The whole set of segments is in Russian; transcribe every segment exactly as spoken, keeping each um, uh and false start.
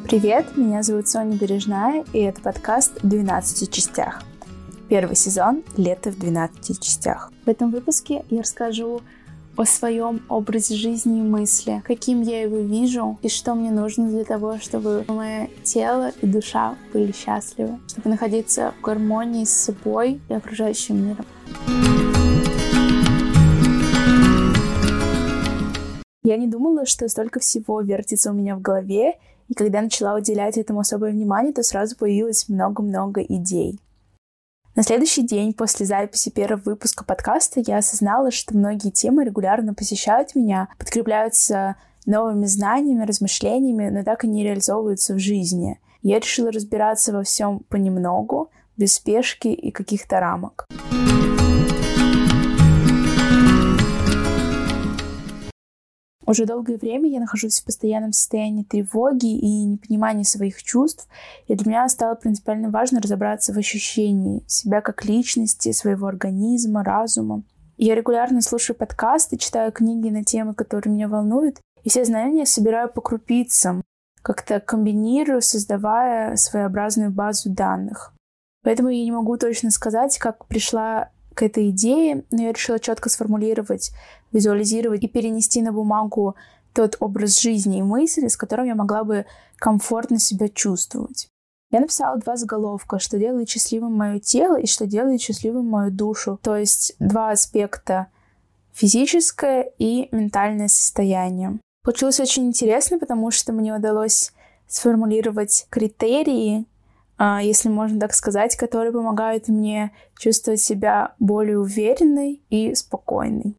Привет, меня зовут Соня Бережная, и это подкаст в двенадцати частях. Первый сезон «Лето в двенадцати частях». В этом выпуске я расскажу о своем образе жизни и мысли, каким я его вижу и что мне нужно для того, чтобы мое тело и душа были счастливы, чтобы находиться в гармонии с собой и окружающим миром. Я не думала, что столько всего вертится у меня в голове, и когда начала уделять этому особое внимание, то сразу появилось много-много идей. На следующий день после записи первого выпуска подкаста я осознала, что многие темы регулярно посещают меня, подкрепляются новыми знаниями, размышлениями, но так и не реализовываются в жизни. Я решила разбираться во всем понемногу, без спешки и каких-то рамок. Уже долгое время я нахожусь в постоянном состоянии тревоги и непонимания своих чувств, и для меня стало принципиально важно разобраться в ощущении себя как личности, своего организма, разума. Я регулярно слушаю подкасты, читаю книги на темы, которые меня волнуют, и все знания собираю по крупицам, как-то комбинирую, создавая своеобразную базу данных. Поэтому я не могу точно сказать, как пришла к этой идее, но я решила четко сформулировать, визуализировать и перенести на бумагу тот образ жизни и мысли, с которым я могла бы комфортно себя чувствовать. Я написала два заголовка, что делает счастливым мое тело и что делает счастливым мою душу. То есть два аспекта: физическое и ментальное состояние. Получилось очень интересно, потому что мне удалось сформулировать критерии, если можно так сказать, которые помогают мне чувствовать себя более уверенной и спокойной.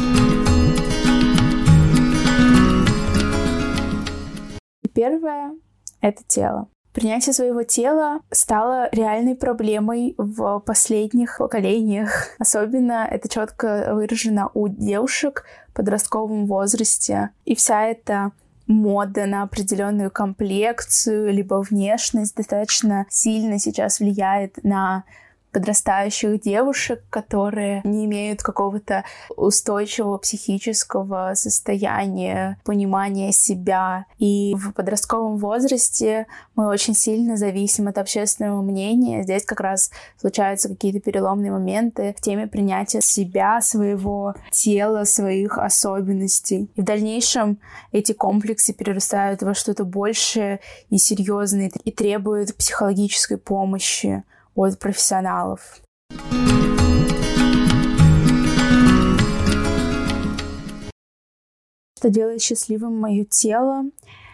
Первое — это тело. Принятие своего тела стало реальной проблемой в последних поколениях. Особенно это четко выражено у девушек в подростковом возрасте. И вся эта мода на определенную комплекцию либо внешность достаточно сильно сейчас влияет на подрастающих девушек, которые не имеют какого-то устойчивого психического состояния, понимания себя. И в подростковом возрасте мы очень сильно зависим от общественного мнения. Здесь как раз случаются какие-то переломные моменты в теме принятия себя, своего тела, своих особенностей. И в дальнейшем эти комплексы перерастают во что-то большее и серьезное и требуют психологической помощи от профессионалов. Что делает счастливым мое тело?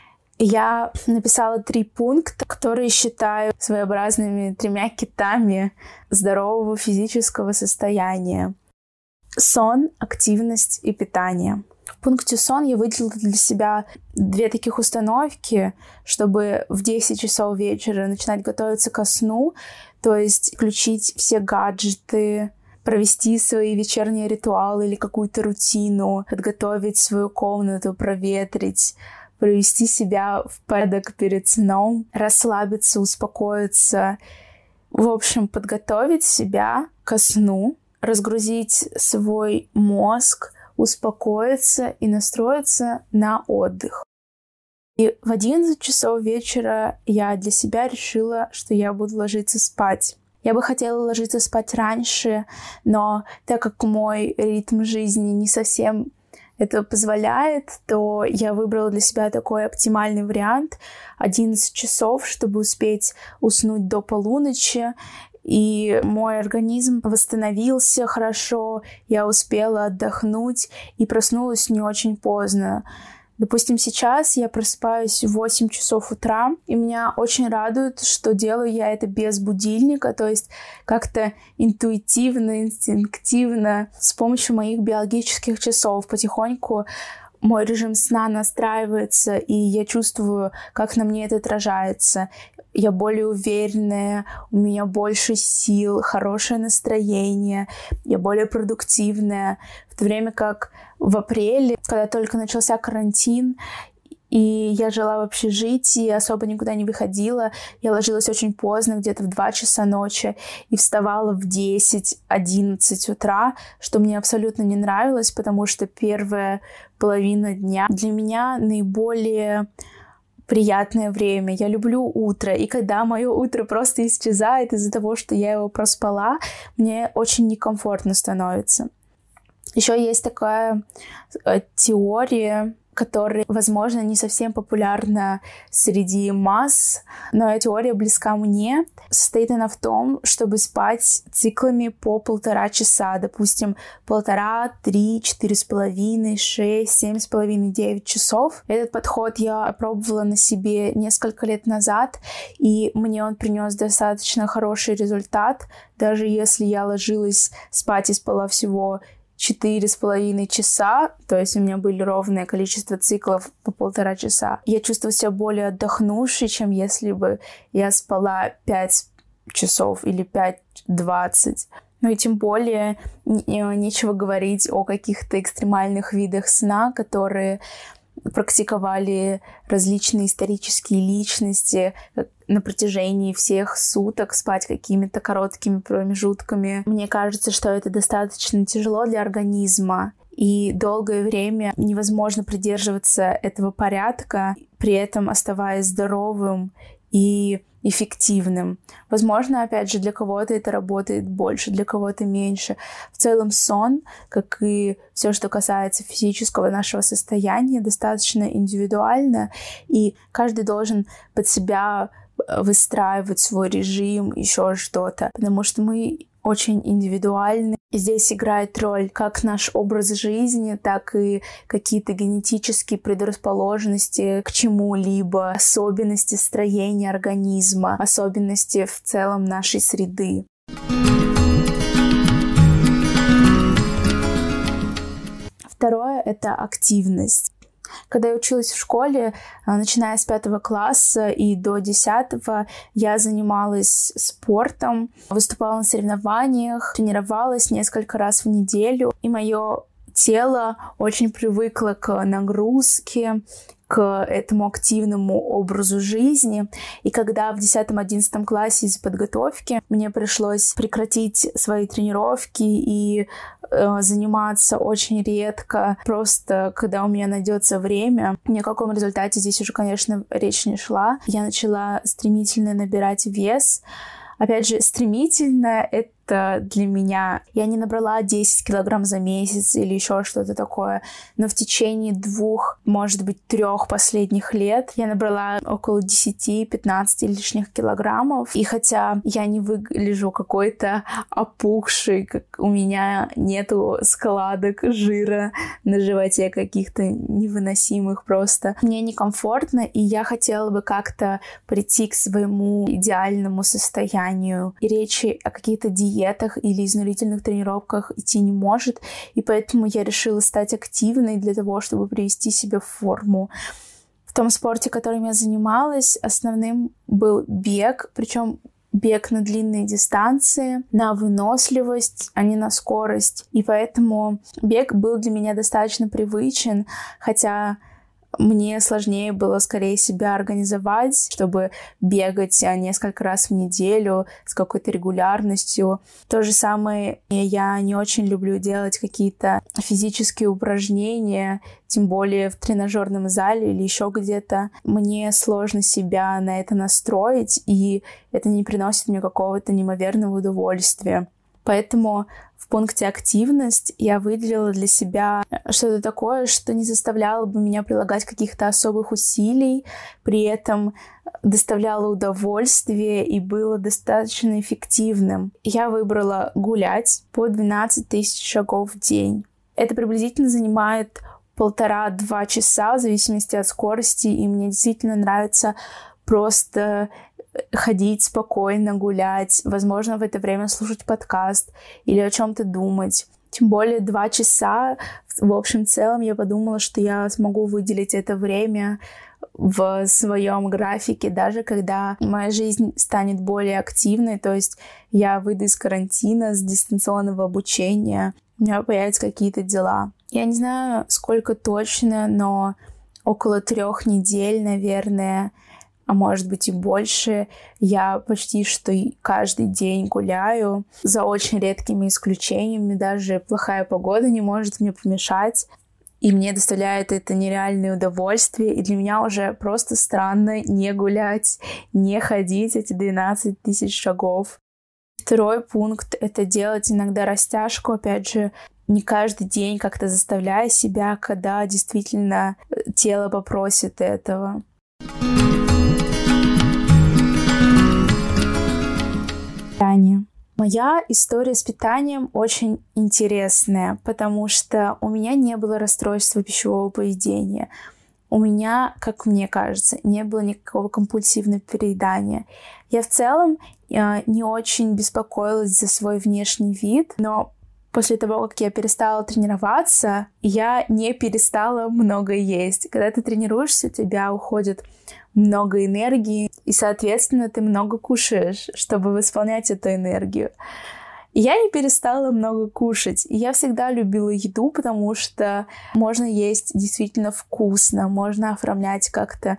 Я написала три пункта, которые считаю своеобразными тремя китами здорового физического состояния: сон, активность и питание. В пункте сон я выделила для себя две таких установки, чтобы в десять часов вечера начинать готовиться ко сну, то есть включить все гаджеты, провести свои вечерние ритуалы или какую-то рутину, подготовить свою комнату, проветрить, привести себя в порядок перед сном, расслабиться, успокоиться. В общем, подготовить себя ко сну, разгрузить свой мозг, успокоиться и настроиться на отдых. И в одиннадцать часов вечера я для себя решила, что я буду ложиться спать. Я бы хотела ложиться спать раньше, но так как мой ритм жизни не совсем это позволяет, то я выбрала для себя такой оптимальный вариант — одиннадцать часов, чтобы успеть уснуть до полуночи. И мой организм восстановился хорошо, я успела отдохнуть и проснулась не очень поздно. Допустим, сейчас я просыпаюсь в восемь часов утра, и меня очень радует, что делаю я это без будильника, то есть как-то интуитивно, инстинктивно, с помощью моих биологических часов потихоньку мой режим сна настраивается, и я чувствую, как на мне это отражается. Я более уверенная, у меня больше сил, хорошее настроение, я более продуктивная. В то время как в апреле, когда только начался карантин, и я жила в общежитии, особо никуда не выходила, я ложилась очень поздно, где-то в два часа ночи, и вставала в десять-одиннадцать утра, что мне абсолютно не нравилось, потому что первая половина дня для меня наиболее приятное время. Я люблю утро. И когда мое утро просто исчезает из-за того, что я его проспала, мне очень некомфортно становится. Еще есть такая э, теория, которая, возможно, не совсем популярна среди масс, но эта теория близка мне. Состоит она в том, чтобы спать циклами по полтора часа, допустим, полтора, три, четыре с половиной, шесть, семь с половиной, девять часов. Этот подход я опробовала на себе несколько лет назад, и мне он принес достаточно хороший результат, даже если я ложилась спать и спала всего четыре с половиной часа, то есть у меня были ровное количество циклов по полтора часа. Я чувствовала себя более отдохнувшей, чем если бы я спала пять часов или пять двадцать. Ну и тем более нечего говорить о каких-то экстремальных видах сна, которые практиковали различные исторические личности на протяжении всех суток, спать какими-то короткими промежутками. Мне кажется, что это достаточно тяжело для организма, и долгое время невозможно придерживаться этого порядка, при этом оставаясь здоровым и эффективным. Возможно, опять же, для кого-то это работает больше, для кого-то меньше. В целом сон, как и все, что касается физического нашего состояния, достаточно индивидуально, и каждый должен под себя выстраивать свой режим, еще что-то, потому что мы очень индивидуальны. И здесь играет роль как наш образ жизни, так и какие-то генетические предрасположенности к чему-либо, особенности строения организма, особенности в целом нашей среды. Второе — это активность. Когда я училась в школе, начиная с пятого класса и до десятого, я занималась спортом, выступала на соревнованиях, тренировалась несколько раз в неделю, и мое тело очень привыкло к нагрузке, к этому активному образу жизни. И когда в десятом-одиннадцатом классе из подготовки мне пришлось прекратить свои тренировки и э, заниматься очень редко, просто когда у меня найдется время, ни о каком результате здесь уже, конечно, речь не шла. Я начала стремительно набирать вес. Опять же, стремительно — это для меня... Я не набрала десять килограмм за месяц или еще что-то такое, но в течение двух, может быть, трех последних лет я набрала около десять-пятнадцать лишних килограммов. И хотя я не выгляжу какой-то опухшей, как у меня нету складок жира на животе каких-то невыносимых просто, мне некомфортно, и я хотела бы как-то прийти к своему идеальному состоянию. И речи о каких-то диетах или изнурительных тренировках идти не может, и поэтому я решила стать активной для того, чтобы привести себя в форму. В том спорте, которым я занималась, основным был бег, причем бег на длинные дистанции, на выносливость, а не на скорость. И поэтому бег был для меня достаточно привычен, хотя мне сложнее было скорее себя организовать, чтобы бегать несколько раз в неделю с какой-то регулярностью. То же самое я не очень люблю делать какие-то физические упражнения, тем более в тренажерном зале или еще где-то. Мне сложно себя на это настроить, и это не приносит мне какого-то неимоверного удовольствия. Поэтому в пункте «активность» я выделила для себя что-то такое, что не заставляло бы меня прилагать каких-то особых усилий, при этом доставляло удовольствие и было достаточно эффективным. Я выбрала гулять по двенадцать тысяч шагов в день. Это приблизительно занимает полтора-два часа в зависимости от скорости, и мне действительно нравится просто ходить спокойно, гулять, возможно, в это время слушать подкаст или о чем-то думать. Тем более два часа, в общем целом, я подумала, что я смогу выделить это время в своем графике, даже когда моя жизнь станет более активной, то есть я выйду из карантина, с дистанционного обучения, у меня появятся какие-то дела. Я не знаю, сколько точно, но около трех недель, наверное, а может быть и больше, я почти что каждый день гуляю, за очень редкими исключениями, даже плохая погода не может мне помешать. и мне доставляет это нереальное удовольствие, и для меня уже просто странно не гулять, не ходить эти двенадцать тысяч шагов. Второй пункт — это делать иногда растяжку, опять же, не каждый день как-то заставляя себя, когда действительно тело попросит этого. Питание. Моя история с питанием очень интересная, потому что у меня не было расстройства пищевого поведения. У меня, как мне кажется, не было никакого компульсивного переедания. Я в целом э, не очень беспокоилась за свой внешний вид, но после того, как я перестала тренироваться, я не перестала много есть. Когда ты тренируешься, у тебя уходит много энергии, и, соответственно, ты много кушаешь, чтобы восполнять эту энергию. И я не перестала много кушать. И я всегда любила еду, потому что можно есть действительно вкусно, можно оформлять как-то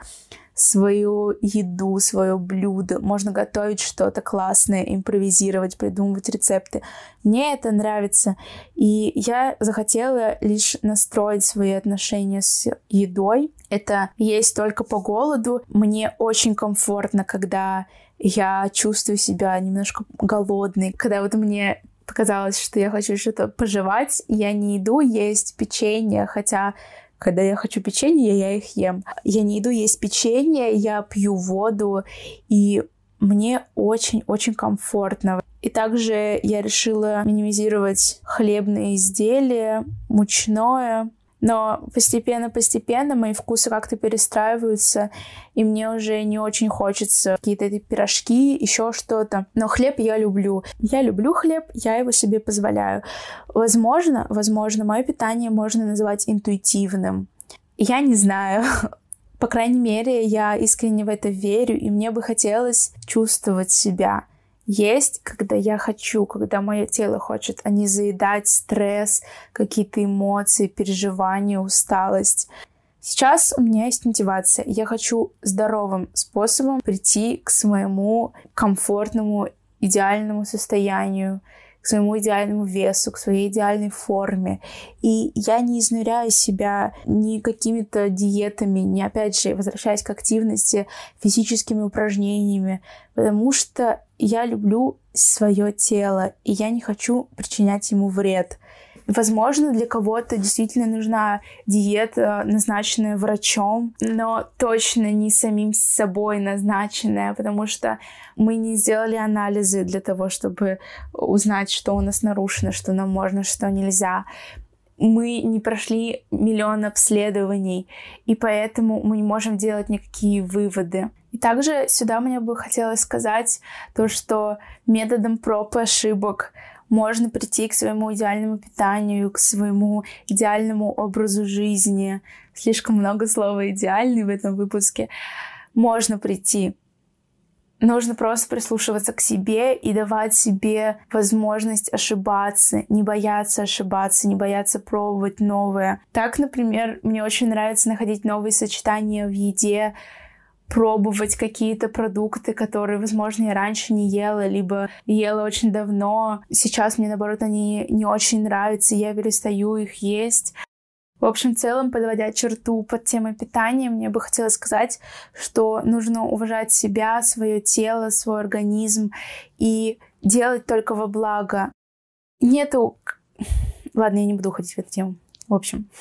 свою еду, свое блюдо, можно готовить что-то классное, импровизировать, придумывать рецепты. Мне это нравится. И я захотела лишь настроить свои отношения с едой. Это есть только по голоду. Мне очень комфортно, когда я чувствую себя немножко голодной, когда вот мне показалось, что я хочу что-то пожевать, я не иду есть печенье, хотя когда я хочу печенье, я их ем. Я не иду есть печенье, я пью воду, и мне очень-очень комфортно. И также я решила минимизировать хлебные изделия, мучное. Но постепенно-постепенно мои вкусы как-то перестраиваются, и мне уже не очень хочется какие-то эти пирожки, еще что-то. Но хлеб я люблю. Я люблю хлеб, я его себе позволяю. Возможно, возможно, мое питание можно назвать интуитивным. Я не знаю. По крайней мере, я искренне в это верю, и мне бы хотелось чувствовать себя. Есть, когда я хочу, когда мое тело хочет, а не заедать стресс, какие-то эмоции, переживания, усталость. Сейчас у меня есть мотивация. Я хочу здоровым способом прийти к своему комфортному, идеальному состоянию, к своему идеальному весу, к своей идеальной форме. И я не изнуряю себя ни какими-то диетами, ни, опять же, возвращаясь к активности, физическими упражнениями, потому что я люблю свое тело, и я не хочу причинять ему вред. Возможно, для кого-то действительно нужна диета, назначенная врачом, но точно не самим собой назначенная, потому что мы не сделали анализы для того, чтобы узнать, что у нас нарушено, что нам можно, что нельзя. Мы не прошли миллион обследований, и поэтому мы не можем делать никакие выводы. И также сюда мне бы хотелось сказать то, что методом проб и ошибок можно прийти к своему идеальному питанию, к своему идеальному образу жизни. Слишком много слова «идеальный» в этом выпуске. Можно прийти. Нужно просто прислушиваться к себе и давать себе возможность ошибаться, не бояться ошибаться, не бояться пробовать новое. Так, например, мне очень нравится находить новые сочетания в еде, пробовать какие-то продукты, которые, возможно, я раньше не ела, либо ела очень давно. Сейчас мне, наоборот, они не очень нравятся, и я перестаю их есть. В общем, в целом, подводя черту под темой питания, мне бы хотелось сказать, что нужно уважать себя, свое тело, свой организм и делать только во благо. Нету... Ладно, я не буду уходить в эту тему. В общем.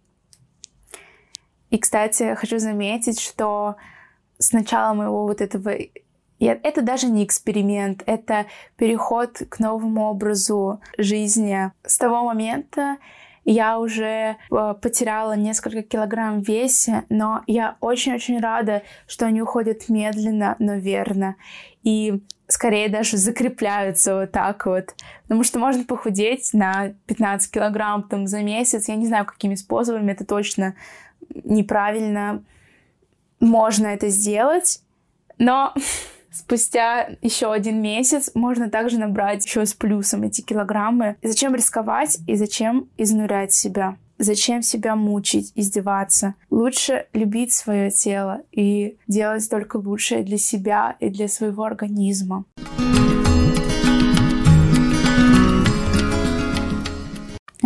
И, кстати, хочу заметить, что с начала моего вот этого... Это даже не эксперимент, это переход к новому образу жизни. С того момента я уже потеряла несколько килограмм в весе, но я очень-очень рада, что они уходят медленно, но верно. И скорее даже закрепляются вот так вот. Потому что можно похудеть на пятнадцать килограмм там, за месяц. Я не знаю, какими способами, это точно неправильно. Можно это сделать, но спустя еще один месяц можно также набрать еще с плюсом эти килограммы. И зачем рисковать и зачем изнурять себя? Зачем себя мучить, издеваться? Лучше любить свое тело и делать только лучшее для себя и для своего организма. Это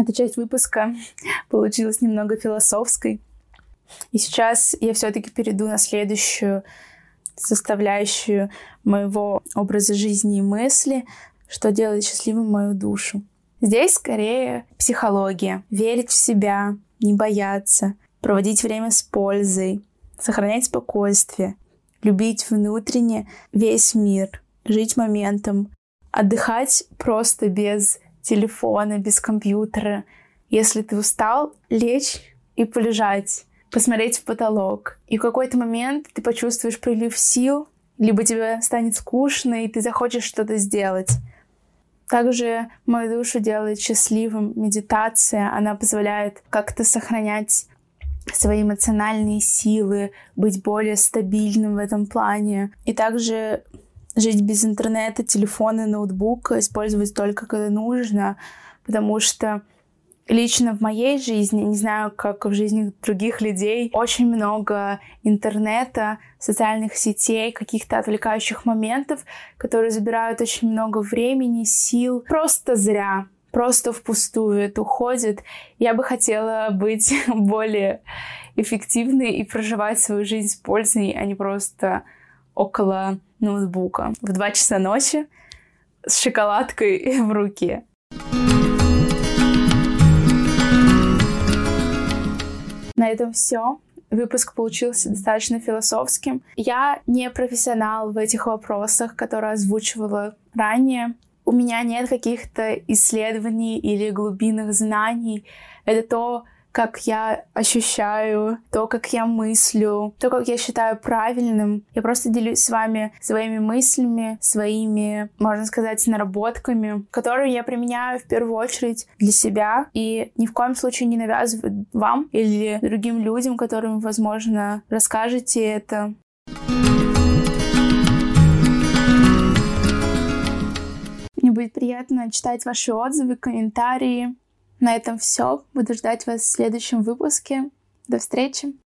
Эта часть выпуска получилась немного философской. И сейчас я все-таки перейду на следующую составляющую моего образа жизни и мысли, что делает счастливым мою душу. Здесь скорее психология. Верить в себя, не бояться, проводить время с пользой, сохранять спокойствие, любить внутренне весь мир, жить моментом, отдыхать просто без телефона, без компьютера. Если ты устал, лечь и полежать, посмотреть в потолок. И в какой-то момент ты почувствуешь прилив сил, либо тебе станет скучно, и ты захочешь что-то сделать. Также мою душу делает счастливым медитация. Она позволяет как-то сохранять свои эмоциональные силы, быть более стабильным в этом плане. И также жить без интернета, телефона, ноутбука, использовать только когда нужно, потому что лично в моей жизни, не знаю, как в жизни других людей, очень много интернета, социальных сетей, каких-то отвлекающих моментов, которые забирают очень много времени, сил. Просто зря, просто впустую это уходит. Я бы хотела быть более эффективной и проживать свою жизнь с пользой, а не просто около ноутбука в два часа ночи с шоколадкой в руке. На этом все. Выпуск получился достаточно философским. Я не профессионал в этих вопросах, которые озвучивала ранее. У меня нет каких-то исследований или глубинных знаний. Это то, как я ощущаю, то, как я мыслю, то, как я считаю правильным. Я просто делюсь с вами своими мыслями, своими, можно сказать, наработками, которые я применяю в первую очередь для себя и ни в коем случае не навязываю вам или другим людям, которым, возможно, расскажете это. Мне будет приятно читать ваши отзывы, комментарии. На этом все. Буду ждать вас в следующем выпуске. До встречи!